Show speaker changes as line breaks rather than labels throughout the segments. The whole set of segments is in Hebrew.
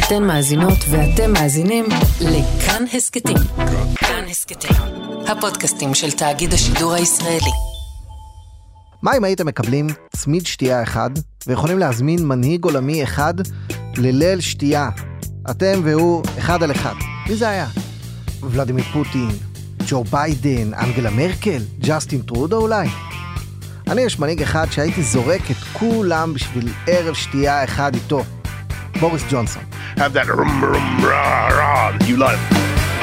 אתן מאזינות ואתם מאזינים לכאן הסקטים. כאן הסקטים, הפודקאסטים של תאגיד השידור הישראלי.
מה אם הייתם מקבלים צמיד שתייה אחד ויכולים להזמין מנהיג עולמי אחד לליל שתייה? אתם והוא אחד על אחד. מי זה היה? ולדימיר פוטין, ג'ו ביידן, אנגלה מרקל, ג'סטין טרודו אולי? אני יש מנהיג אחד שהייתי זורק את כולם בשביל ערב שתייה אחד איתו. בוריס ג'ונסון.
Have that rum rum rah rah that you like.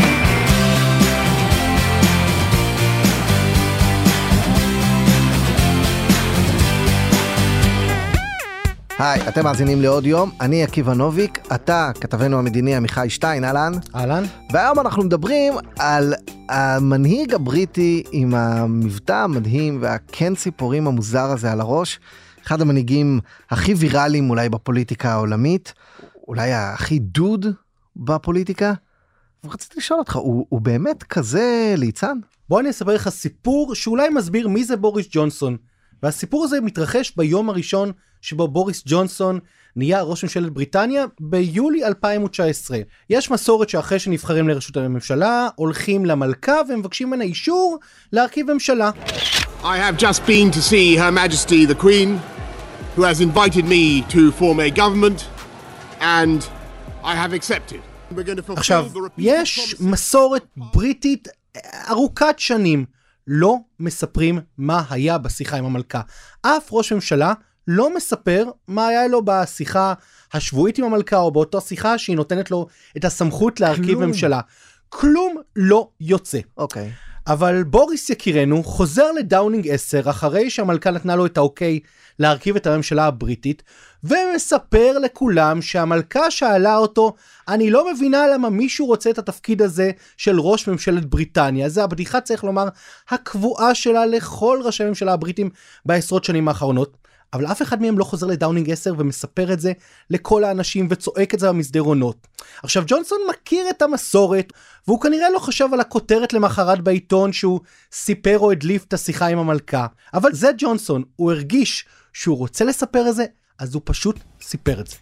היי, אתם מאזינים לעוד יום, אני עקיבא נוביק, אתה כתבנו המדיני עמיחי שטיין, אהלן.
אהלן.
והיום אנחנו מדברים על המנהיג הבריטי עם המבטא המדהים והכן ציפורים המוזר הזה על הראש, אחד המנהיגים הכי ויראליים אולי בפוליטיקה העולמית, אולי הכי דוד בפוליטיקה. ורציתי לשאול אותך, הוא באמת כזה ליצן?
בוא אני אספר לך סיפור שאולי מסביר מי זה בוריס ג'ונסון. והסיפור הזה מתרחש ביום הראשון שבו בוריס ג'ונסון נהיה ראש ממשלת בריטניה ביולי 2019. יש מסורת שאחרי שנבחרים לראשות הממשלה, הולכים למלכה ומבקשים ממנה אישור להרכיב ממשלה.
I have just been to see Her Majesty the Queen, who has invited me to form a government, and I have accepted.
עכשיו, יש מסורת בריטית ארוכת שנים. לא מספרים מה היה בשיחה עם המלכה. אף ראש ממשלה לא מספר מה היה לו בשיחה השבועית עם המלכה, או באותה שיחה שהיא נותנת לו את הסמכות להרכיב ממשלה. כלום לא יוצא.
אוקיי.
אבל בוריס יקירנו חוזר לדאונינג 10 אחרי שהמלכה נתנה לו את האוקיי להרכיב את הממשלה הבריטית, ומספר לכולם שהמלכה שאלה אותו, אני לא מבינה למה מישהו רוצה את התפקיד הזה של ראש ממשלת בריטניה. זה הבדיחה, צריך לומר, הקבועה שלה לכל ראשי הממשלה הבריטים בעשרות שנים האחרונות. אבל אף אחד מהם לא חוזר לדאונינג 10 ומספר את זה לכל האנשים וצועק את זה במסדרונות. עכשיו, ג'ונסון מכיר את המסורת, והוא כנראה לא חשב על הכותרת למחרת בעיתון שהוא סיפר או הדליף את השיחה עם המלכה. אבל זה ג'ונסון, הוא הרגיש שהוא רוצה לספר את זה, אז הוא פשוט סיפר את זה.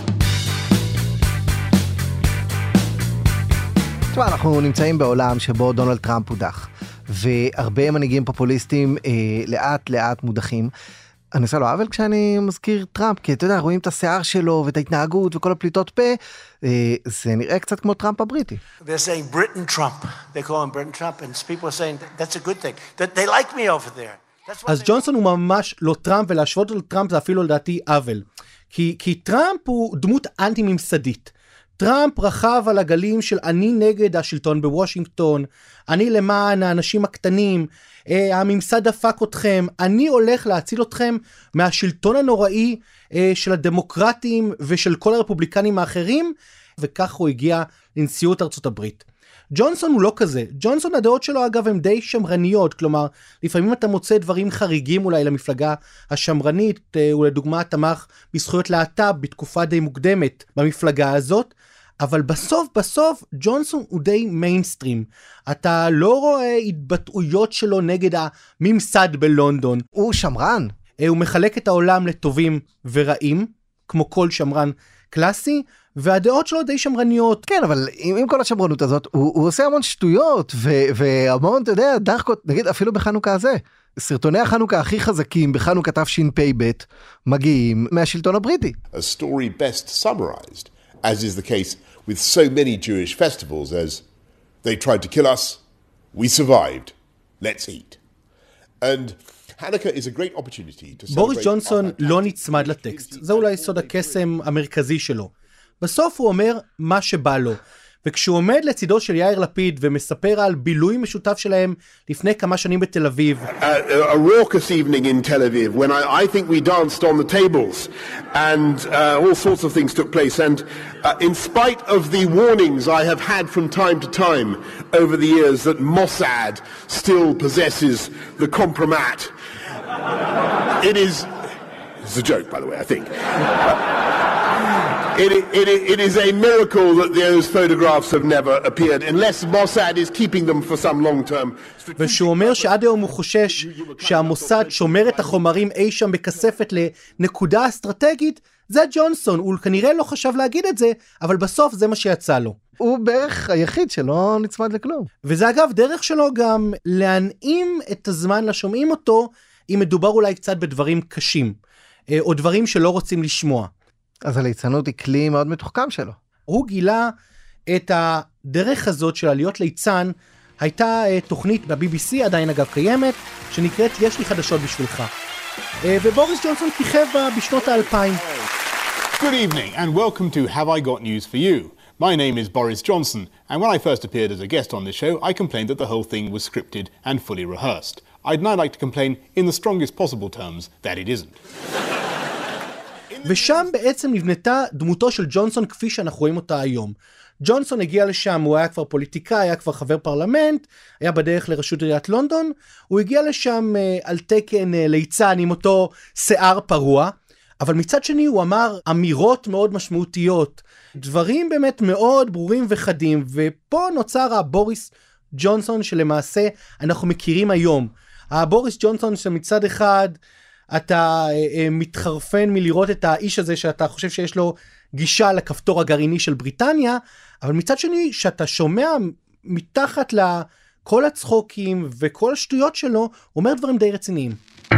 תשמע, אנחנו נמצאים בעולם שבו דונלד טראמפ הודח, והרבה מנהיגים פופוליסטים לאט לאט מודחים. אני עושה לו עוול כשאני מזכיר טראמפ, כי אתה יודע, רואים את השיער שלו ואת ההתנהגות וכל הפליטות פה, זה נראה קצת כמו טראמפ הבריטי.
They're saying Britain Trump. They call him Britain Trump, and people are saying that's a good thing. That they like me over there.
אז ג'ונסון הוא ממש לא טראמפ, ולהשוות אותו לטראמפ זה אפילו לדעתי עוול. כי טראמפ הוא דמות אנטי-ממסדית. טראמפ רכב על הגלים של אני נגד השלטון בוושינגטון, אני למען האנשים הקטנים, הממסד דפק אתכם, אני הולך להציל אתכם מהשלטון הנוראי של הדמוקרטים ושל כל הרפובליקנים האחרים, וכך הוא הגיע לנשיאות ארצות הברית. ג'ונסון הוא לא כזה. ג'ונסון, הדעות שלו אגב הם די שמרניות, כלומר לפעמים אתה מוצא דברים חריגים אולי למפלגה השמרנית, הוא לדוגמה תמך בזכויות להט"ב בתקופה די מוקדמת במפלגה הזאת, אבל בסוף ג'ונסון הוא די מיינסטרים. אתה לא רואה התבטאויות שלו נגד הממסד בלונדון.
הוא שמרן.
הוא מחלק את העולם לטובים ורעים, כמו כל שמרן קלאסי, והדעות שלו די שמרניות.
כן, אבל עם כל השמרנות הזאת, הוא עושה המון שטויות, והמון, אתה יודע, דחקות, נגיד אפילו בחנוכה הזה. סרטוני החנוכה הכי חזקים בחנוכה תשפ"ב מגיעים מהשלטון הבריטי.
A story best summarized, as is the case with so many Jewish festivals, as they tried to kill us, we survived, let's eat. And Hanukkah is a great opportunity to celebrate...
בוריס ג'ונסון לא נצמד לטקסט, זה אולי סוד הקסם המרכזי שלו. בסוף הוא אומר מה שבא לו, וכשהוא עומד לצידו של יאיר לפיד ומספר על בילוי משותף שלהם לפני כמה שנים בתל אביב.
A raucous evening in Tel Aviv when I think we danced on the tables and all sorts of things took place, and in spite of the warnings I have had from time to time over the years that Mossad still possesses the compromat, it's a joke by the way, I think. It is a miracle that those photographs have never appeared unless Mossad is keeping them for some long term.
ושהוא אומר שעד היום הוא חושש שהמוסד שומר את החומרים אי שם בכספת לנקודה אסטרטגית, זה ג'ונסון, הוא כנראה לא חשב להגיד את זה, אבל בסוף זה מה שיצא לו.
הוא בערך היחיד שלא נצמד לכלום.
וזה אגב דרך שלו גם להנעים את הזמן לשומעים אותו, אם מדובר אולי קצת בדברים קשים, או דברים שלא רוצים לשמוע.
אז הליצנות היא כלי מאוד מתוחכם שלו.
הוא גילה את הדרך הזאת של להיות ליצן, הייתה תוכנית ב-BBC, עדיין אגב קיימת, שנקראת יש לי חדשות בשבילך. ובוריס ג'ונסון כיכב בה בשנות ה-2000.
Good evening and welcome to Have I Got News for You. My name is Boris Johnson, and when I first appeared as a guest on this show, I complained that the whole thing was scripted and fully rehearsed. I'd now like to complain in the strongest possible terms that it isn't.
ושם בעצם נבנתה דמותו של ג'ונסון כפי שאנחנו רואים אותה היום. ג'ונסון הגיע לשם, הוא היה כבר פוליטיקאי, היה כבר חבר פרלמנט, היה בדרך לראשות עיריית לונדון, הוא הגיע לשם על תקן ליצן עם אותו שיער פרוע, אבל מצד שני הוא אמר אמירות מאוד משמעותיות, דברים באמת מאוד ברורים וחדים, ופה נוצר הבוריס ג'ונסון שלמעשה אנחנו מכירים היום. הבוריס ג'ונסון שמצד אחד אתה מתחרפן מלראות את האיש הזה שאתה חושב שיש לו גישה לכפתור הגרעיני של בריטניה, אבל מצד שני שאתה שומע מתחת לכל הצחוקים וכל השטויות שלו, הוא אומר דברים די רציניים.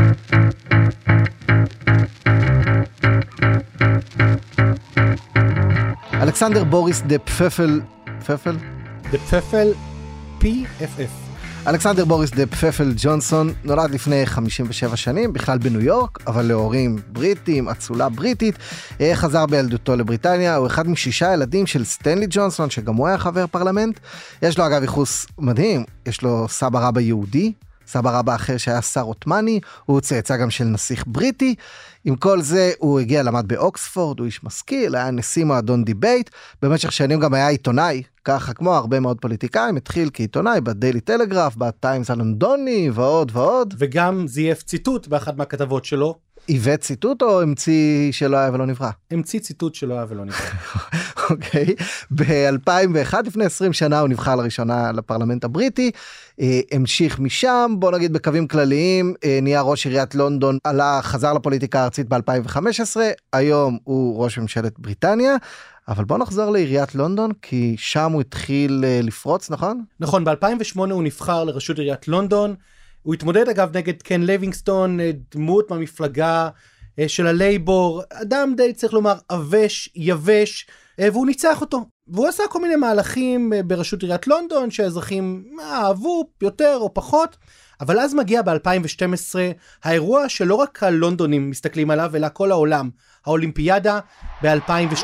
אלכסנדר בוריס דה פפל,
דה פפל, PFF.
אלכסנדר בוריס דה פפל ג'ונסון נולד לפני 57 שנים, בכלל בניו יורק, אבל להורים בריטים, אצולה בריטית, חזר בילדותו לבריטניה, הוא אחד מ6 ילדים של סטנלי ג'ונסון, שגם הוא היה חבר פרלמנט. יש לו אגב ייחוס מדהים, יש לו סבא רבא יהודי, סבא רבא אחר שהיה שר עות'מאני, הוא צאצא גם של נסיך בריטי. עם כל זה הוא הגיע, למד באוקספורד, הוא איש משכיל, היה נשיא מועדון דיבייט, במשך שנים גם היה עיתונאי, ככה כמו הרבה מאוד פוליטיקאים, התחיל כעיתונאי בדיילי טלגרף, בטיימס הלונדוני ועוד ועוד.
וגם זייף ציטוט באחת מהכתבות שלו.
עיוות ציטוט או המציא שלא היה ולא נברא?
המציא ציטוט שלא היה ולא נברא.
אוקיי. ב-2001, לפני 20 שנה, הוא נבחר לראשונה לפרלמנט הבריטי, המשיך משם, בוא נגיד בקווים כלליים, נהיה ראש עיריית לונדון, חזר לפוליטיקה הארצית ב-2015, היום הוא ראש ממשלת בריטניה, אבל בוא נחזור לעיריית לונדון, כי שם הוא התחיל לפרוץ, נכון?
נכון, ב-2008 הוא נבחר לראשות עיריית לונדון, הוא התמודד אגב נגד קן לוינגסטון, דמות מהמפלגה של הלייבור, אדם די צריך לומר אבש, יבש, והוא ניצח אותו. והוא עשה כל מיני מהלכים בראשות עיריית לונדון, שהאזרחים אהבו יותר או פחות, אבל אז מגיע ב-2012 האירוע שלא רק הלונדונים מסתכלים עליו, אלא כל העולם, האולימפיאדה ב-2012.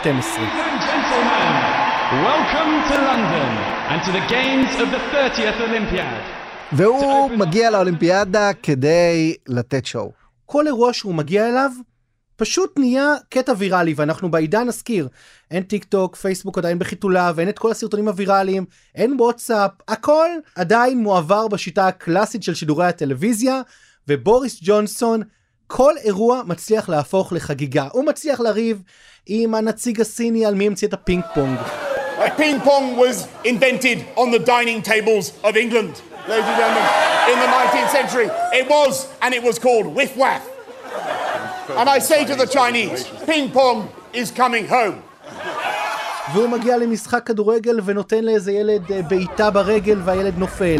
Welcome to London and to the games of the 30th Olympiad.
והוא מגיע לאולימפיאדה כדי לתת שואו.
כל אירוע שהוא מגיע אליו פשוט נהיה קטע ויראלי, ואנחנו בעידן נזכיר, אין טיק טוק, פייסבוק עדיין בחיתולה, ואין את כל הסרטונים הוויראליים, אין וואטסאפ, הכל עדיין מועבר בשיטה הקלאסית של שידורי הטלוויזיה, ובוריס ג'ונסון, כל אירוע מצליח להפוך לחגיגה. הוא מצליח לריב עם הנציג הסיני על מי המציא את הפינג פונג.
Ping pong was invented on the dining tables of England, ladies and gentlemen, in the 19th century. It was, and it was called whiff-waff. And I say to the Chinese, ping pong is coming home.
והוא מגיע למשחק כדורגל ונותן לאיזה ילד בעיטה ברגל והילד נופל.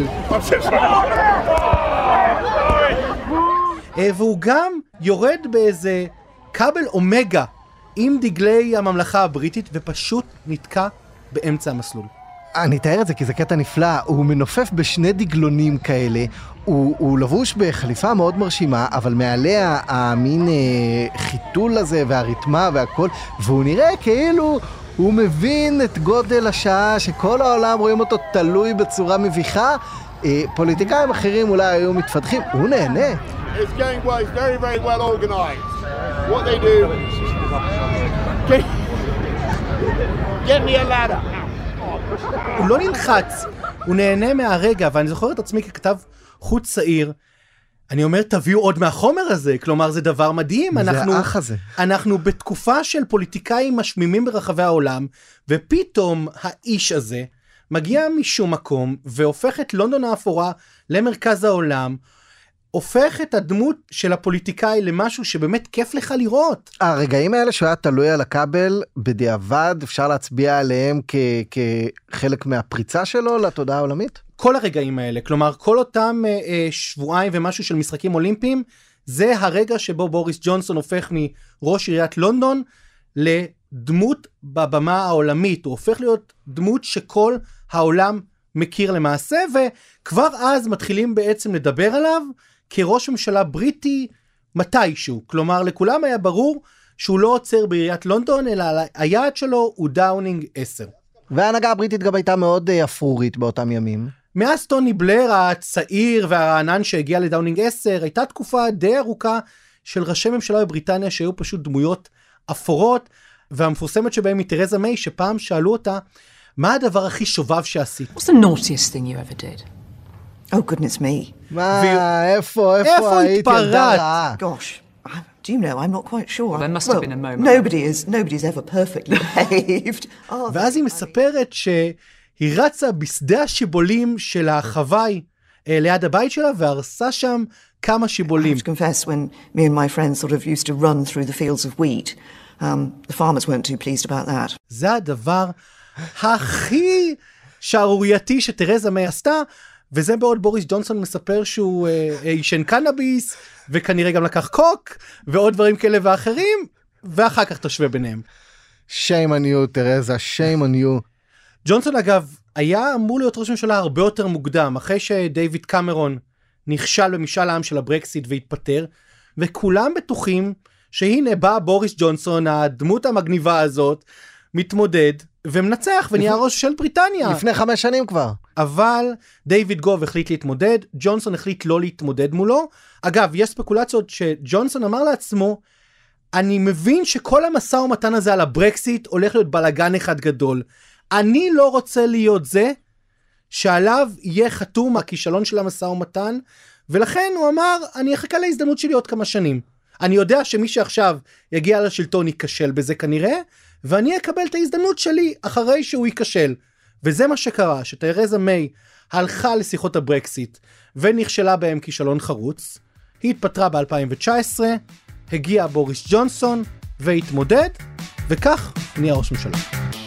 והוא גם יורד באיזה כבל אומגה עם דגלי הממלכה הבריטית ופשוט נתקע באמצע המסלול.
אני אתאר את זה כי זה קטע נפלא, הוא מנופף בשני דגלונים כאלה, הוא לבוש בחליפה מאוד מרשימה, אבל מעליה המין חיתול הזה והריתמה והכל, והוא נראה כאילו הוא מבין את גודל השעה שכל העולם רואים אותו תלוי בצורה מביכה, פוליטיקאים אחרים אולי היו מתפתחים, הוא נהנה.
It's going well, it's very, very well organized. What they do... Get me a ladder.
הוא לא נלחץ, הוא נהנה מהרגע, ואני זוכר את עצמי ככתב חוץ צעיר, אני אומר תביאו עוד מהחומר הזה, כלומר זה דבר מדהים, אנחנו בתקופה של פוליטיקאים משמימים ברחבי העולם, ופתאום האיש הזה מגיע משום מקום, והופך את לונדון האפורה למרכז העולם, הופך את הדמות של הפוליטיקאי למשהו שבאמת כיף לך לראות.
הרגעים האלה שהוא היה תלוי על הכבל, בדיעבד אפשר להצביע עליהם כחלק מהפריצה שלו לתודעה העולמית?
כל הרגעים האלה, כלומר כל אותם שבועיים ומשהו של משחקים אולימפיים, זה הרגע שבו בוריס ג'ונסון הופך מראש עיריית לונדון לדמות בבמה העולמית. הוא הופך להיות דמות שכל העולם מכיר למעשה, וכבר אז מתחילים בעצם לדבר עליו כראש ממשלה בריטי מתישהו. כלומר, לכולם היה ברור שהוא לא עוצר בעיריית לונדון, אלא היעד שלו הוא דאונינג 10.
וההנהגה הבריטית גם הייתה מאוד אפרורית באותם ימים.
מאז טוני בלר הצעיר והרענן שהגיע לדאונינג 10, הייתה תקופה די ארוכה של ראשי ממשלה בבריטניה שהיו פשוט דמויות אפורות, והמפורסמת שבהם היא תרזה מיי, שפעם שאלו אותה, מה הדבר הכי שובב שעשית?
What's the naughtiest thing you ever did?
Oh, goodness me.
מה, איפה היית ילדה רעה?
Gosh, do you know, I'm not quite sure.
There must have been a moment.
Nobody's ever perfectly behaved.
ואז היא מספרת שהיא רצה בשדה השיבולים של החוואי ליד הבית שלה, והרסה שם כמה שיבולים.
I have to confess, when me and my friends sort of used to run through the fields of wheat, the farmers weren't too pleased about that.
זה הדבר הכי שערורייתי שתרזה מיי עשתה, וזה בעוד בוריס ג'ונסון מספר שהוא ישן קנאביס, וכנראה גם לקח קוק, ועוד דברים כאלה ואחרים, ואחר כך תשווה ביניהם.
shame on you, תרזה, shame on you.
ג'ונסון אגב, היה אמור להיות ראש ממשלה הרבה יותר מוקדם, אחרי שדייוויד קמרון נכשל במשאל העם של הברקסיט והתפטר, וכולם בטוחים שהנה בא בוריס ג'ונסון, הדמות המגניבה הזאת, מתמודד ומנצח ונהיה ראש של בריטניה.
לפני 5 שנים כבר.
אבל דיוויד גוב החליט להתמודד, ג'ונסון החליט לא להתמודד מולו. אגב, יש ספקולציות שג'ונסון אמר לעצמו, אני מבין שכל המשא ומתן הזה על הברקסיט הולך להיות בלגן אחד גדול. אני לא רוצה להיות זה שעליו יהיה חתום הכישלון של המשא ומתן, ולכן הוא אמר, אני אחכה להזדמנות שלי עוד כמה שנים. אני יודע שמי שעכשיו יגיע לשלטון ייכשל בזה כנראה, ואני אקבל את ההזדמנות שלי אחרי שהוא ייכשל. וזה מה שקרה, שתרזה מיי הלכה לשיחות הברקסיט, ונכשלה בהם כישלון חרוץ. היא התפטרה ב-2019, הגיע בוריס ג'ונסון, והתמודד, וכך נהיה ראש ממשלה.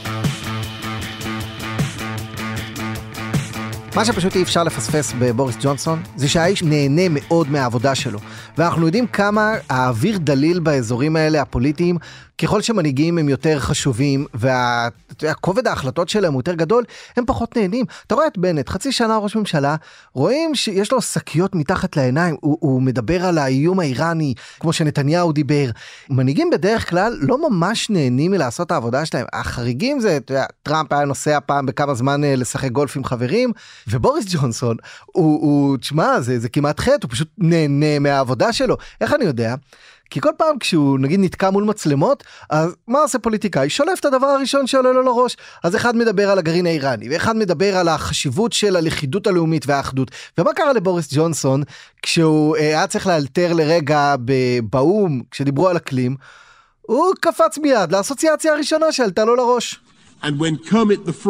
מה שפשוט אי אפשר לפספס בבוריס ג'ונסון, זה שהאיש נהנה מאוד מהעבודה שלו. ואנחנו יודעים כמה האוויר דליל באזורים האלה הפוליטיים, ככל שמנהיגים הם יותר חשובים, והכובד ההחלטות שלהם הוא יותר גדול, הם פחות נהנים. אתה רואה את בנט, חצי שנה ראש ממשלה, רואים שיש לו שקיות מתחת לעיניים, הוא מדבר על האיום האיראני, כמו שנתניהו דיבר. מנהיגים בדרך כלל לא ממש נהנים מלעשות את העבודה שלהם. החריגים זה, טראמפ היה נוסע פעם בכמה זמן לשחק גולף עם חברים, ובוריס ג'ונסון, תשמע, זה כמעט חטא, הוא פשוט נהנה מהעבודה שלו. איך אני יודע? כי כל פעם כשהוא נגיד נתקע מול מצלמות, אז מה עושה פוליטיקאי? שולף את הדבר הראשון שעולה לו לראש. אז אחד מדבר על הגרעין האיראני, ואחד מדבר על החשיבות של הלכידות הלאומית והאחדות. ומה קרה לבוריס ג'ונסון, כשהוא היה צריך לאלתר לרגע באום, כשדיברו על אקלים, הוא קפץ מיד לאסוציאציה הראשונה שעלתה לו לראש.
And when Kermit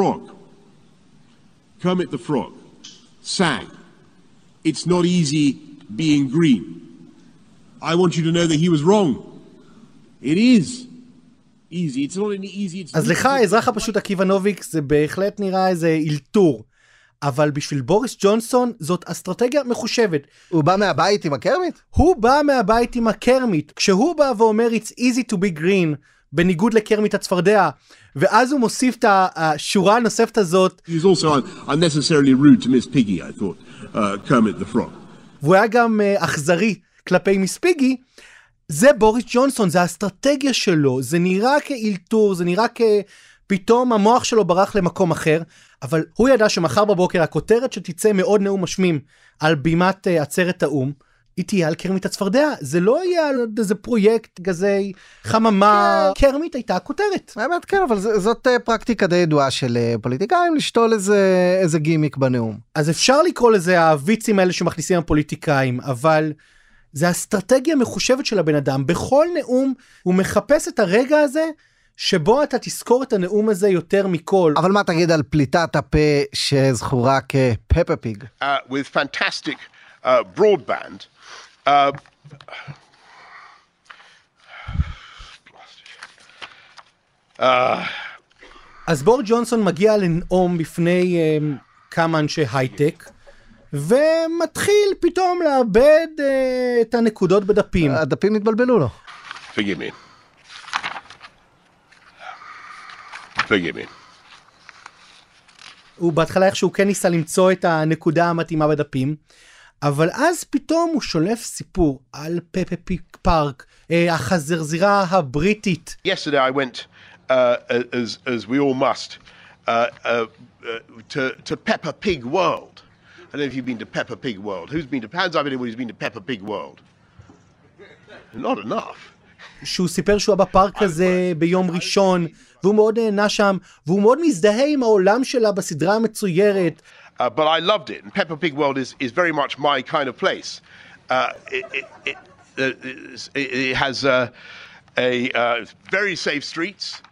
the Frog sang, it's not easy being green. I want you to know that he was wrong. It is easy. It's not only easy.
אז לך, האזרח הפשוט עקיבא נוביק, זה בהחלט נראה איזה אילתור. אבל בשביל בוריס ג'ונסון, זאת אסטרטגיה מחושבת.
הוא בא מהבית עם הקרמיט?
הוא בא מהבית עם הקרמיט. כשהוא בא ואומר, it's easy to be green, בניגוד לקרמיט הצפרדע, ואז הוא מוסיף את השורה הנוספת הזאת.
He was also unnecessarily rude to Miss Piggy, I thought, Kermit the Frog.
והוא היה גם אכזרי כלפי מיס פיגי. זה בוריס ג'ונסון, זה האסטרטגיה שלו, זה נראה כאילתור, זה נראה פתאום המוח שלו ברח למקום אחר, אבל הוא ידע שמחר בבוקר הכותרת שתצא מאוד נאום משמים על בימת עצרת האום, היא תהיה על קרמית הצפרדע, זה לא יהיה על איזה פרויקט גזי חממה, קרמית הייתה הכותרת.
האמת כן, אבל זאת פרקטיקה די ידועה של פוליטיקאים, לשתול איזה גימיק בנאום.
אז אפשר לקרוא לזה הוויצים האלה שמכניסים הפוליטיקאים, אבל זה אסטרטגיה מחושבת של הבן אדם, בכל נאום הוא מחפש את הרגע הזה, שבו אתה תזכור את הנאום הזה יותר מכל.
אבל מה תגיד על פליטת הפה שזכורה כפפה פיג?
With fantastic broadband.
אז בוריס ג'ונסון מגיע לנאום בפני כמה אנשי הייטק, ומתחיל פתאום לאבד את הנקודות בדפים.
הדפים התבלבלו לו.
Forgive me. Forgive me.
הוא בהתחלה איכשהו כן ניסה למצוא את הנקודה המתאימה בדפים, אבל אז פתאום הוא שולף סיפור על פפה פיג פארק, החזרזירה הבריטית.
Yesterday I went, as we all must, to Peppa Pig World. I don't know if you've been to Peppa Pig World. Hands up anyone who's been to Peppa Pig World? Not enough.
שהוא סיפר שהוא היה בפארק הזה ביום ראשון, והוא מאוד נהנה שם, והוא מאוד מזדהה עם העולם שלה בסדרה המצוירת.
But I loved it, and Peppa Pig World is very much my kind of place. It has very safe streets.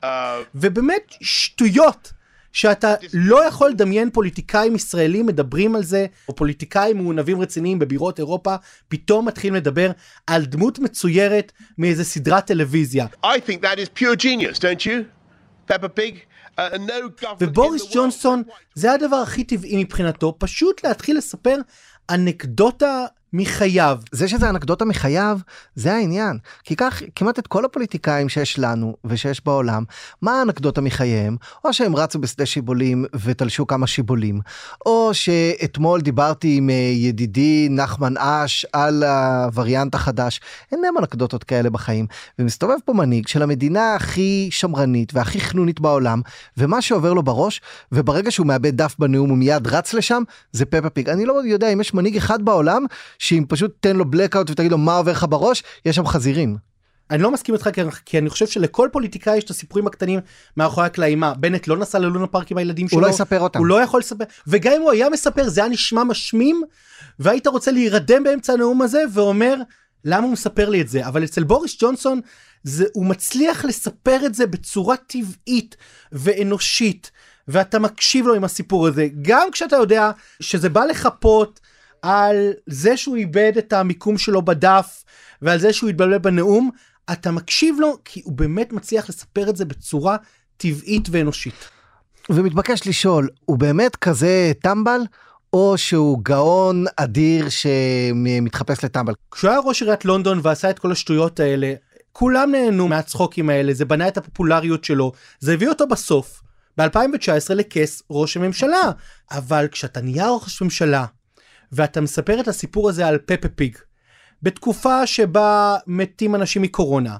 ובאמת שטויות, שאתה לא יכול לדמיין פוליטיקאים ישראלים מדברים על זה, או פוליטיקאים מעונבים רציניים בבירות אירופה, פתאום מתחילים לדבר על דמות מצוירת מאיזה סדרת טלוויזיה.
I think that is pure genius, don't you? Peppa Pig?
ובוריס ג'ונסון, זה הדבר הכי טבעי מבחינתו, פשוט להתחיל לספר אנקדוטה מחייו.
זה שזה אנקדוטה מחייו, זה העניין. כי כך כמעט את כל הפוליטיקאים שיש לנו ושיש בעולם, מה האנקדוטה מחייהם? או שהם רצו בשדה שיבולים ותלשו כמה שיבולים, או שאתמול דיברתי עם ידידי נחמן אש על הווריאנט החדש. אין להם אנקדוטות כאלה בחיים. ומסתובב פה מנהיג של המדינה הכי שמרנית והכי חנונית בעולם, ומה שעובר לו בראש, וברגע שהוא מאבד דף בנאום הוא מיד רץ לשם, זה פפה פיג. אני לא יודע אם יש מנהיג אחד בעולם שאם פשוט תן לו בלקאוט ותגיד לו מה עובר לך בראש, יש שם חזירים.
אני לא מסכים איתך, כי אני חושב שלכל פוליטיקאי יש את הסיפורים הקטנים מאחורי הקלעים. מה, בנט לא נסע ללונה פארק עם הילדים שלו?
הוא לא יספר אותם.
הוא לא יכול לספר, וגם אם הוא היה מספר, זה היה נשמע משמים, והיית רוצה להירדם באמצע הנאום הזה, ואומר, למה הוא מספר לי את זה? אבל אצל בוריס ג'ונסון, הוא מצליח לספר את זה בצורה טבעית ואנושית, ואתה מקשיב לו עם הסיפור הזה, גם כשאתה יודע שזה בא לחפות על זה שהוא איבד את המיקום שלו בדף, ועל זה שהוא התבלבל בנאום, אתה מקשיב לו, כי הוא באמת מצליח לספר את זה בצורה טבעית ואנושית.
ומתבקש לשאול, הוא באמת כזה טמבל, או שהוא גאון אדיר שמתחפש לטמבל?
כשהוא היה ראש עיריית לונדון ועשה את כל השטויות האלה, כולם נהנו מהצחוקים האלה, זה בנה את הפופולריות שלו, זה הביא אותו בסוף, ב-2019 לכס ראש הממשלה. אבל כשאתה נהיה ראש ממשלה, ואתה מספר את הסיפור הזה על פפה פיג, בתקופה שבה מתים אנשים מקורונה,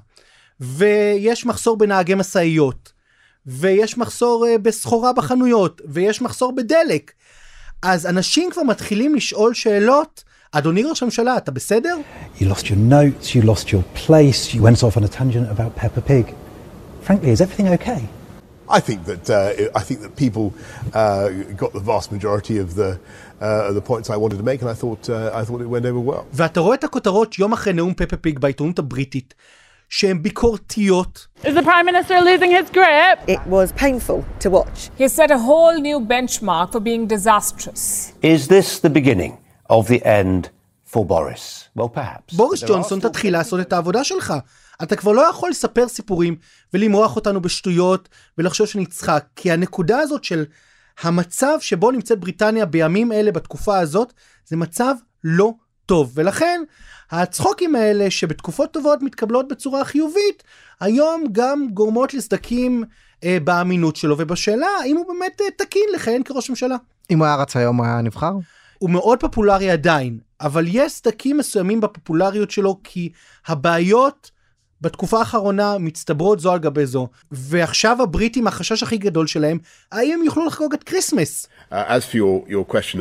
ויש מחסור בנהגי מסעיות, ויש מחסור בסחורה בחנויות, ויש מחסור בדלק, אז אנשים כבר מתחילים לשאול שאלות, אדוני ראש הממשלה, אתה בסדר?
You lost your notes, you lost your place, you went off on a tangent about Peppa Pig. Frankly, is everything okay?
I think that people got the vast majority of the points I wanted to make, and I thought it went over well.
ואתה רואה את הכותרות יום אחרי נאום פפה פיג בעיתונות הבריטית, שהן ביקורתיות.
Is the Prime Minister losing his grip?
It was painful to watch.
He set a whole new benchmark for being disastrous.
Is this the beginning of the end for Boris? Well, perhaps.
בוריס ג'ונסון, תתחיל לעשות את העבודה שלך. אתה כבר לא יכול לספר סיפורים ולמרוח אותנו בשטויות ולחשוב שנצחק, כי הנקודה הזאת של המצב שבו נמצאת בריטניה בימים אלה בתקופה הזאת, זה מצב לא טוב. ולכן הצחוקים האלה שבתקופות טובות מתקבלות בצורה חיובית, היום גם גורמות לסדקים באמינות שלו, ובשאלה האם הוא באמת תקין לכהן כראש ממשלה.
אם הוא היה רץ היום, הוא היה נבחר?
הוא מאוד פופולרי עדיין, אבל יש סדקים מסוימים בפופולריות שלו, כי הבעיות בתקופה האחרונה מצטברות זו על גבי זו, ועכשיו הבריטים, החשש הכי גדול שלהם, האם הם יוכלו לחגוג את קריסמס?
As for your question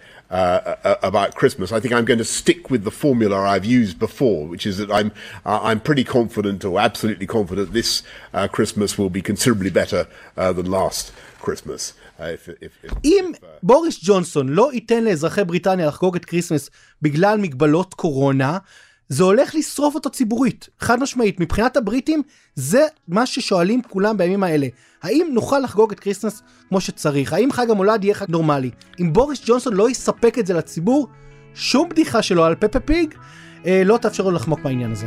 about Christmas, I think I'm going to stick with the formula I've used before, which is that I'm pretty confident, or absolutely confident, this Christmas will be considerably better than last Christmas.
אם בוריס ג'ונסון לא ייתן לאזרחי בריטניה לחגוג את קריסמס בגלל מגבלות קורונה, זה הולך לשרוף אותו ציבורית, חד משמעית. מבחינת הבריטים, זה מה ששואלים כולם בימים האלה. האם נוכל לחגוג את קריסמס כמו שצריך? האם חג המולד יהיה חג נורמלי? אם בוריס ג'ונסון לא יספק את זה לציבור, שום בדיחה שלו על פפה פיג לא תאפשר לו לחמוק מהעניין הזה.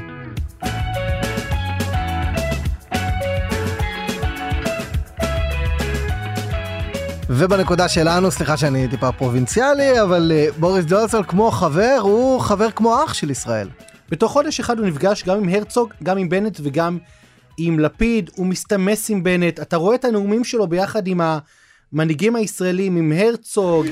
ובנקודה שלנו, סליחה שאני טיפה פרובינציאלי, אבל בוריס ג'ונסון כמו חבר, הוא חבר כמו אח של ישראל.
בתוך חודש אחד הוא נפגש גם עם הרצוג, גם עם בנט וגם עם לפיד, הוא מסתמס עם בנט, אתה רואה את הנאומים שלו ביחד עם המנהיגים הישראלים, עם הרצוג.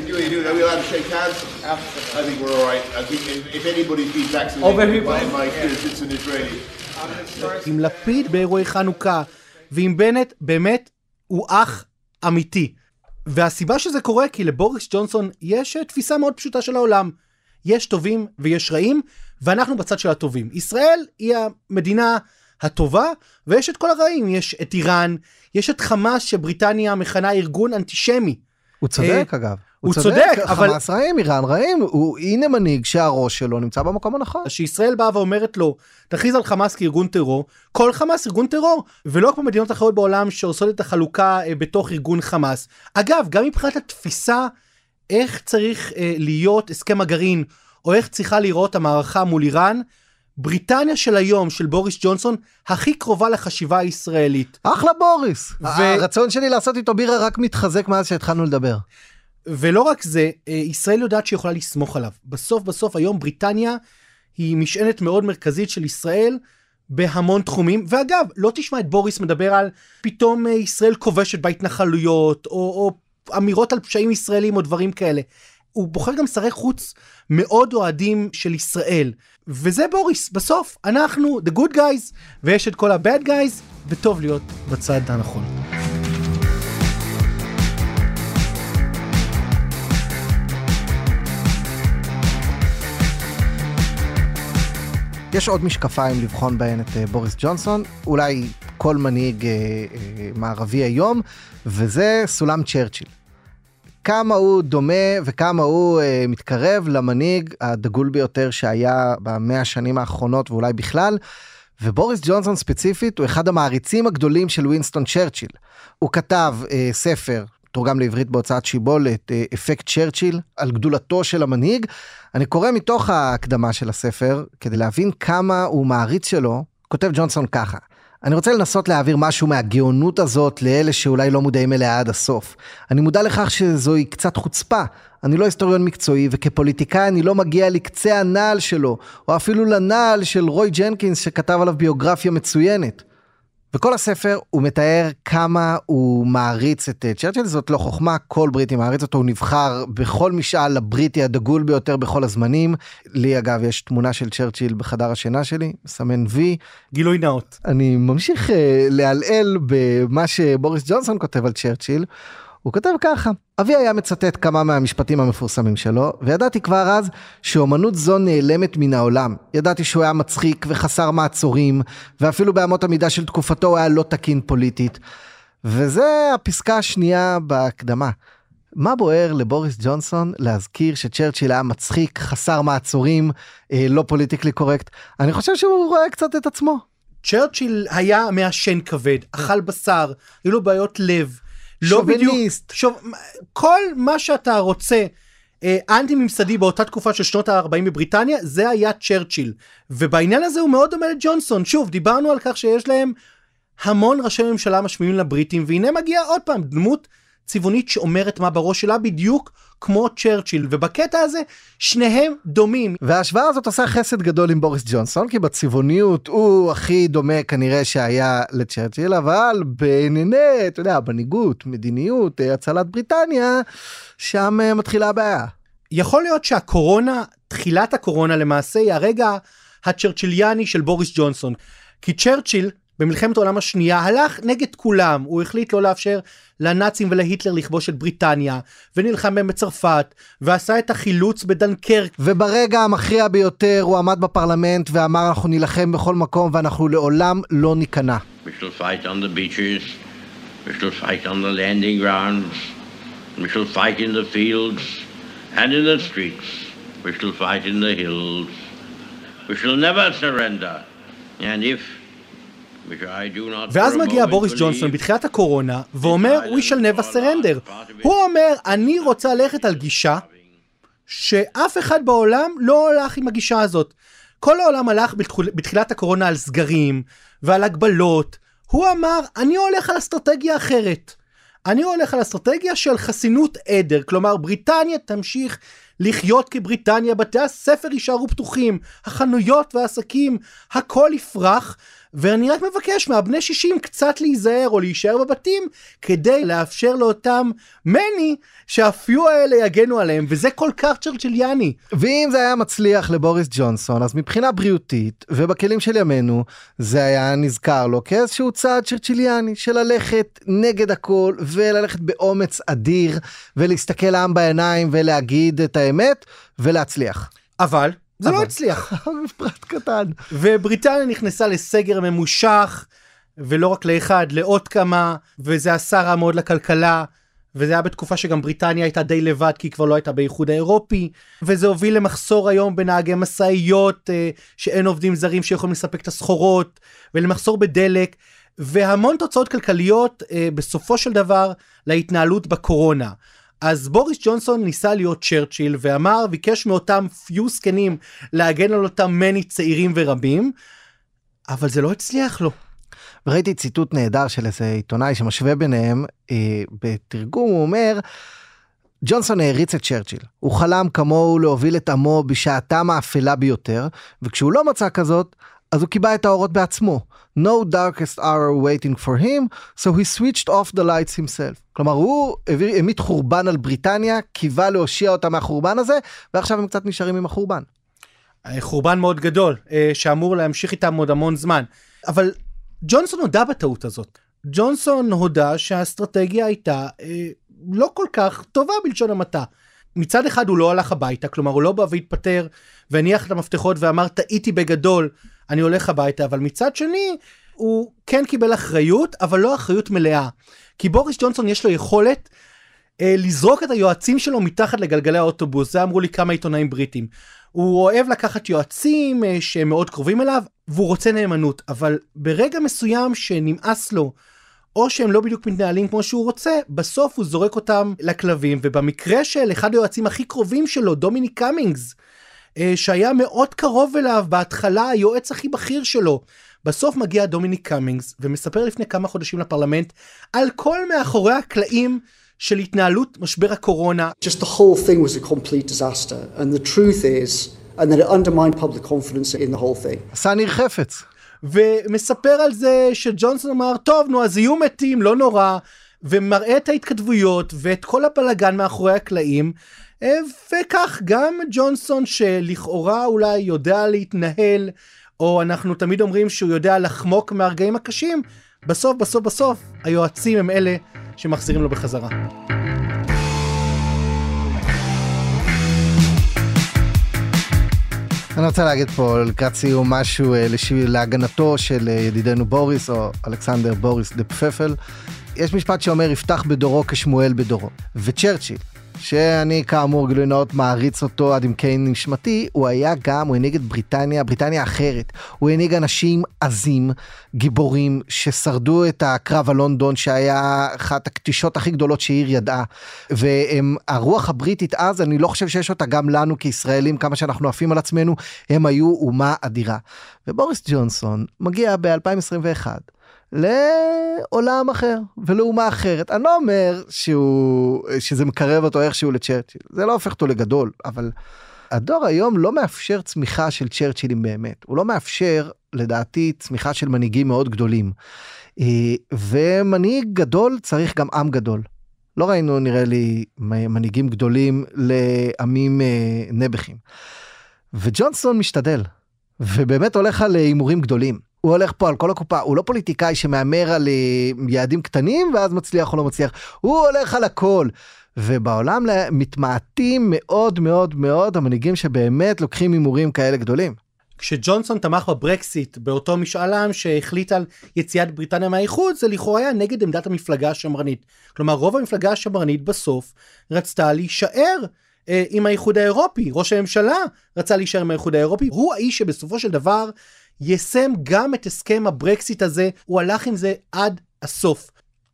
עם לפיד באירועי חנוכה, ועם בנט באמת הוא אח אמיתי. והסיבה שזה קורה כי לבוריס ג'ונסון יש תפיסה מאוד פשוטה של העולם. יש טובים ויש רעים, ואנחנו בצד של הטובים. ישראל היא המדינה הטובה, ויש את כל הרעים. יש את איראן, יש את חמאס שבריטניה מכנה ארגון אנטישמי.
הוא צודק אגב.
הוא צודק, אבל...
חמאס רעים, איראן רעים, הנה מנהיג שהראש שלו נמצא במקום הנכון.
שישראל באה ואומרת לו, תכריז על חמאס כארגון טרור, כל חמאס ארגון טרור, ולא כמו מדינות אחרות בעולם שעושות את החלוקה בתוך ארגון חמאס. אגב, גם מבחינת התפיסה, איך צריך להיות הסכם הגרעין, או איך צריכה לראות המערכה מול איראן, בריטניה של היום, של בוריס ג'ונסון, הכי קרובה לחשיבה הישראלית.
אחלה בוריס. הרצון שלי לעשות איתו בירה רק מתחזק מאז שהתחלנו לדבר.
ולא רק זה, ישראל יודעת שהיא יכולה לסמוך עליו. בסוף היום בריטניה היא משענת מאוד מרכזית של ישראל בהמון תחומים, ואגב, לא תשמע את בוריס מדבר על פתאום ישראל כובשת בהתנחלויות, או אמירות על פשעים ישראלים או דברים כאלה. הוא בוחר גם שרי חוץ מאוד אוהדים של ישראל, וזה בוריס. בסוף אנחנו the good guys, ויש את כל ה-bad guys, וטוב להיות בצד הנכון.
יש עוד משקפיים לבחון בהן את בוריס ג'ונסון, אולי כל מנהיג מערבי היום, וזה סולם צ'רצ'יל. כמה הוא דומה וכמה הוא מתקרב למנהיג הדגול ביותר שהיה ב100 שנים האחרונות ואולי בכלל, ובוריס ג'ונסון ספציפית הוא אחד המעריצים הגדולים של ווינסטון צ'רצ'יל. הוא כתב ספר, תורגם לעברית בהוצאת שיבולת, אפקט צ'רצ'יל, על גדולתו של המנהיג. אני קורא מתוך ההקדמה של הספר, כדי להבין כמה הוא מעריץ שלו, כותב ג'ונסון ככה: אני רוצה לנסות להעביר משהו מהגאונות הזאת לאלה שאולי לא מודעים אליה עד הסוף. אני מודע לכך שזוהי קצת חוצפה. אני לא היסטוריון מקצועי, וכפוליטיקאי אני לא מגיע לקצה הנעל שלו, או אפילו לנעל של רוי ג'נקינס שכתב עליו ביוגרפיה מצוינת. בכל הספר הוא מתאר כמה הוא מעריץ את צ'רצ'יל, זאת לא חוכמה, כל בריטי מעריץ אותו, הוא נבחר בכל משאל לבריטי הדגול ביותר בכל הזמנים. לי אגב יש תמונה של צ'רצ'יל בחדר השינה שלי, מסמן וי.
גילוי נאות.
אני ממשיך להעלל במה שבוריס ג'ונסון כותב על צ'רצ'יל, הוא כותב ככה: אבי היה מצטט כמה מהמשפטים המפורסמים שלו, וידעתי כבר אז שאומנות זו נעלמת מן העולם. ידעתי שהוא היה מצחיק וחסר מעצורים, ואפילו באמות המידה של תקופתו הוא היה לא תקין פוליטית. וזה הפסקה השנייה בהקדמה. מה בוער לבוריס ג'ונסון להזכיר שצ'רצ'יל היה מצחיק, חסר מעצורים, לא פוליטיקלי קורקט? אני חושב שהוא רואה קצת את עצמו.
צ'רצ'יל היה מעשן כבד, אכל בשר, היו לו בעיות לב, שוביניסט, כל מה שאתה רוצה אנטי ממסדי באותה תקופה של שנות ה-40 בבריטניה, זה היה צ'רצ'יל, ובעניין הזה הוא מאוד דומה לג'ונסון. שוב, דיברנו על כך שיש להם המון ראשי ממשלה משמיעים לבריטים, והנה מגיע עוד פעם דמות צבעונית שאומרת מה בראש שלה, בדיוק כמו צ'רצ'יל, ובקטע הזה שניהם דומים.
וההשוואה הזאת עושה חסד גדול עם בוריס ג'ונסון, כי בצבעוניות הוא הכי דומה כנראה שהיה לצ'רצ'יל, אבל בענייני, אתה יודע, בניגות, מדיניות, הצלת בריטניה, שם מתחילה הבעיה.
יכול להיות שהקורונה, תחילת הקורונה למעשה, היא הרגע הצ'רצ'יליאני של בוריס ג'ונסון, כי צ'רצ'יל במלחמת העולם השנייה הלך נגד כולם, הוא החליט לא לאפשר לנאצים ולהיטלר לכבוש את בריטניה, ונלחם בהם בצרפת, ועשה את החילוץ בדנקרק.
וברגע המכריע ביותר הוא עמד בפרלמנט ואמר אנחנו נילחם בכל מקום ואנחנו לעולם לא ניכנע.
We shall fight on the beaches, we shall fight on the landing grounds, we shall fight in the fields and in the streets, we shall fight in the hills, we shall never surrender, and if
ואז מגיע בוריס ג'ונסון בתחילת הקורונה ואומר we shall never surrender. הוא אומר אני רוצה ללכת על גישה שאף אחד בעולם לא הולך עם הגישה הזאת. כל העולם הלך בתחילת הקורונה על סגרים ועל הגבלות. הוא אמר, אני הולך על אסטרטגיה אחרת. אני הולך על אסטרטגיה של חסינות עדר. כלומר, בריטניה תמשיך לחיות כבריטניה, בתי הספר יישארו פתוחים, החנויות והעסקים, הכל יפרח, ואני רק מבקש מהבני 60 קצת להיזהר או להישאר בבתים, כדי לאפשר לאותם מני שהפיו האלה יגנו עליהם, וזה כל כך צ'רצ'יליאני.
ואם זה היה מצליח לבוריס ג'ונסון, אז מבחינה בריאותית, ובכלים של ימינו, זה היה נזכר לו כאיזשהו צעד צ'רצ'יליאני, של ללכת נגד הכל, וללכת באומץ אדיר, ולהסתכל לעם בעיניים, ולהגיד את האמת, ולהצליח.
אבל זה לא הצליח.
פרט קטן.
ובריטניה נכנסה לסגר ממושך, ולא רק לאחד, לעוד כמה, וזה עשה רע מאוד לכלכלה, וזה היה בתקופה שגם בריטניה הייתה די לבד, כי היא כבר לא הייתה באיחוד האירופי, וזה הוביל למחסור היום בנהגי מסעיות, שאין עובדים זרים שיכולים לספק את הסחורות, ולמחסור בדלק, והמון תוצאות כלכליות בסופו של דבר להתנהלות בקורונה. אז בוריס ג'ונסון ניסה להיות צ'רצ'יל ואמר, ביקש מאותם פיו סקנים להגן על אותם מני צעירים ורבים, אבל זה לא הצליח לו.
וראיתי ציטוט נהדר של איזה עיתונאי שמשווה ביניהם, בתרגום הוא אומר, ג'ונסון העריץ את צ'רצ'יל, הוא חלם כמוהו להוביל את עמו בשעתם האפלה ביותר, וכשהוא לא מצא כזאת, אז הוא קיבע את האורות בעצמו. No darkest hour waiting for him, so he switched off the lights himself. כלומר, הוא העמיד חורבן על בריטניה, קיווה להושיע אותה מהחורבן הזה, ועכשיו הם קצת נשארים עם החורבן.
חורבן מאוד גדול, שאמור להמשיך איתם עוד המון זמן. אבל ג'ונסון הודע בטעות הזאת. ג'ונסון הודע שהאסטרטגיה הייתה לא כל כך טובה בלשון המעטה. מצד אחד הוא לא הלך הביתה, כלומר הוא לא בא והתפטר, והניח את המפתחות ואמר, טעיתי בגדול, אני הולך הביתה, אבל מצד שני, הוא כן קיבל אחריות, אבל לא אחריות מלאה. כי בוריס ג'ונסון יש לו יכולת לזרוק את היועצים שלו מתחת לגלגלי האוטובוס, זה אמרו לי כמה עיתונאים בריטים. הוא אוהב לקחת יועצים שהם מאוד קרובים אליו, והוא רוצה נאמנות, אבל ברגע מסוים שנמאס לו, או שהם לא בדיוק מתנהלים כמו שהוא רוצה, בסוף הוא זורק אותם לכלבים, ובמקרה של אחד היועצים הכי קרובים שלו, דומיניק קאמינגס, שהיה מאוד קרוב אליו בהתחלה, היועץ הכי בכיר שלו, בסוף מגיע דומיניק קאמינגס, ומספר לפני כמה חודשים לפרלמנט, על כל מאחורי הקלעים של התנהלות משבר הקורונה.
Just the whole thing was a complete disaster, and the truth is, and that it undermined public confidence in the whole thing.
עשה ניר חפץ.
ומספר על זה שג'ונסון אמר, טוב, נו, אז יהיו מתים, לא נורא, ומראה את ההתכתבויות ואת כל הבלגן מאחורי הקלעים, וכך גם ג'ונסון שלכאורה אולי יודע להתנהל, או אנחנו תמיד אומרים שהוא יודע לחמוק מהרגעים הקשים, בסוף, היועצים הם אלה שמחזירים לו בחזרה.
אני רוצה להגיד פה לקראת סיום משהו להגנתו של ידידנו בוריס, או אלכסנדר בוריס דה פפל. יש משפט שאומר, יפתח בדורו כשמואל בדורו. וצ'רצ'יל, שאני כאמור גילוי נאות מעריץ אותו עד עמקי נשמתי, הוא הנהיג את בריטניה אחרת. הוא הנהיג אנשים עזים, גיבורים, ששרדו את הקרב על לונדון, שהיה אחת הקטישות הכי גדולות שהעיר ידעה. והרוח הבריטית אז, אני לא חושב שיש אותה גם לנו כישראלים, כמה שאנחנו עפים על עצמנו, הם היו אומה אדירה. ובוריס ג'ונסון מגיע ב-2021, לעולם אחר ולאומה אחרת. אני לא אומר שזה מקרב אותו איכשהו לצ'רצ'יל, זה לא הופך אותו לגדול, אבל הדור היום לא מאפשר צמיחה של צ'רצ'ילים באמת, הוא לא מאפשר לדעתי צמיחה של מנהיגים מאוד גדולים, ומנהיג גדול צריך גם עם גדול. לא ראינו נראה לי מנהיגים גדולים לעמים נבחים, וג'ונסון משתדל, ובאמת הולך על הימורים גדולים. הוא הולך פה על כל הקופה, הוא לא פוליטיקאי שמאמר על יעדים קטנים ואז מצליח או לא מצליח, הוא הולך על הכל. ובעולם מתמעטים מאוד מאוד מאוד המנהיגים שבאמת לוקחים הימורים כאלה גדולים.
כשג'ונסון תמך בברקסיט, באותו משאל עם שהחליט על יציאת בריטניה מהאיחוד, זה לכאורה היה נגד עמדת המפלגה השמרנית. כלומר, רוב המפלגה השמרנית בסוף רצתה להישאר עם האיחוד האירופי. ראש הממשלה רצה להישאר עם האיחוד האירופי. הוא האיש שבסופו של דבר יסם גם את הסכם הברקסיט הזה, הוא הלך עם זה עד הסוף.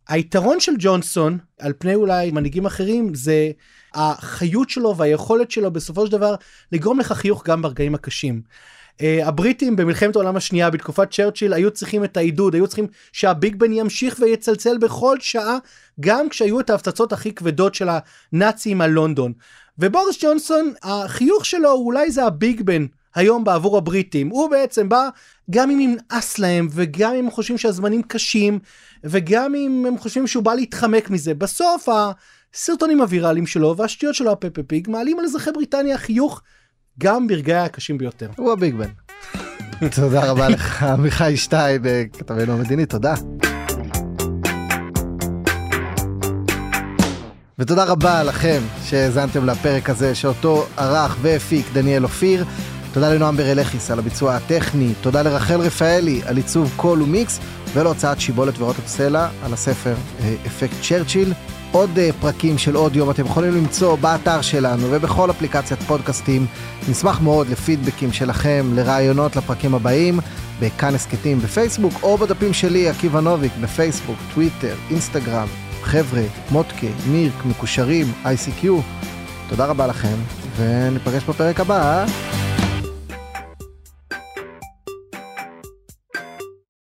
היתרון של ג'ונסון, על פני אולי מנהיגים אחרים, זה החיות שלו והיכולת שלו בסופו של דבר לגרום לך חיוך גם ברגעים הקשים. הבריטים במלחמת העולם השנייה בתקופת צ'רצ'יל היו צריכים את העידוד, היו צריכים שהביג בן ימשיך ויצלצל בכל שעה, גם כשהיו את ההפצצות הכי כבדות של הנאצים על לונדון. ובוריס ג'ונסון, החיוך שלו אולי זה הביג בן היום בעבור הבריטים. הוא בעצם בא, גם אם נמאס להם, וגם אם הם חושבים שהזמנים קשים, וגם אם הם חושבים שהוא בא להתחמק מזה. בסוף הסרטונים הוויראליים שלו והשטויות שלו הפפה פיג מעלים על אזרחי בריטניה חיוך גם ברגעי הקשים ביותר.
הוא הביג בן. תודה רבה לך, מיכאי שטאי בכתבנו המדיני, תודה. ותודה רבה לכם שהאזנתם לפרק הזה שאותו ערך והפיק דניאל אופיר. תודה לנועם ברלכיס על הביצוע הטכני, תודה לרחל רפאלי על עיצוב קול ומיקס, ולהוצאת שיבולת ורוטב סלע על הספר אפקט צ'רצ'יל. עוד פרקים של עוד יום אתם יכולים למצוא באתר שלנו ובכל אפליקציית פודקאסטים. נשמח מאוד לפידבקים שלכם, לרעיונות לפרקים הבאים, בכאן הסקטים בפייסבוק, או בדפים שלי, עקיבא נוביק, בפייסבוק, טוויטר, אינסטגרם, חבר'ה, מודקה, מירק, מקושרים, ICQ. תודה רבה לכם, ונפגש בפרק הבא.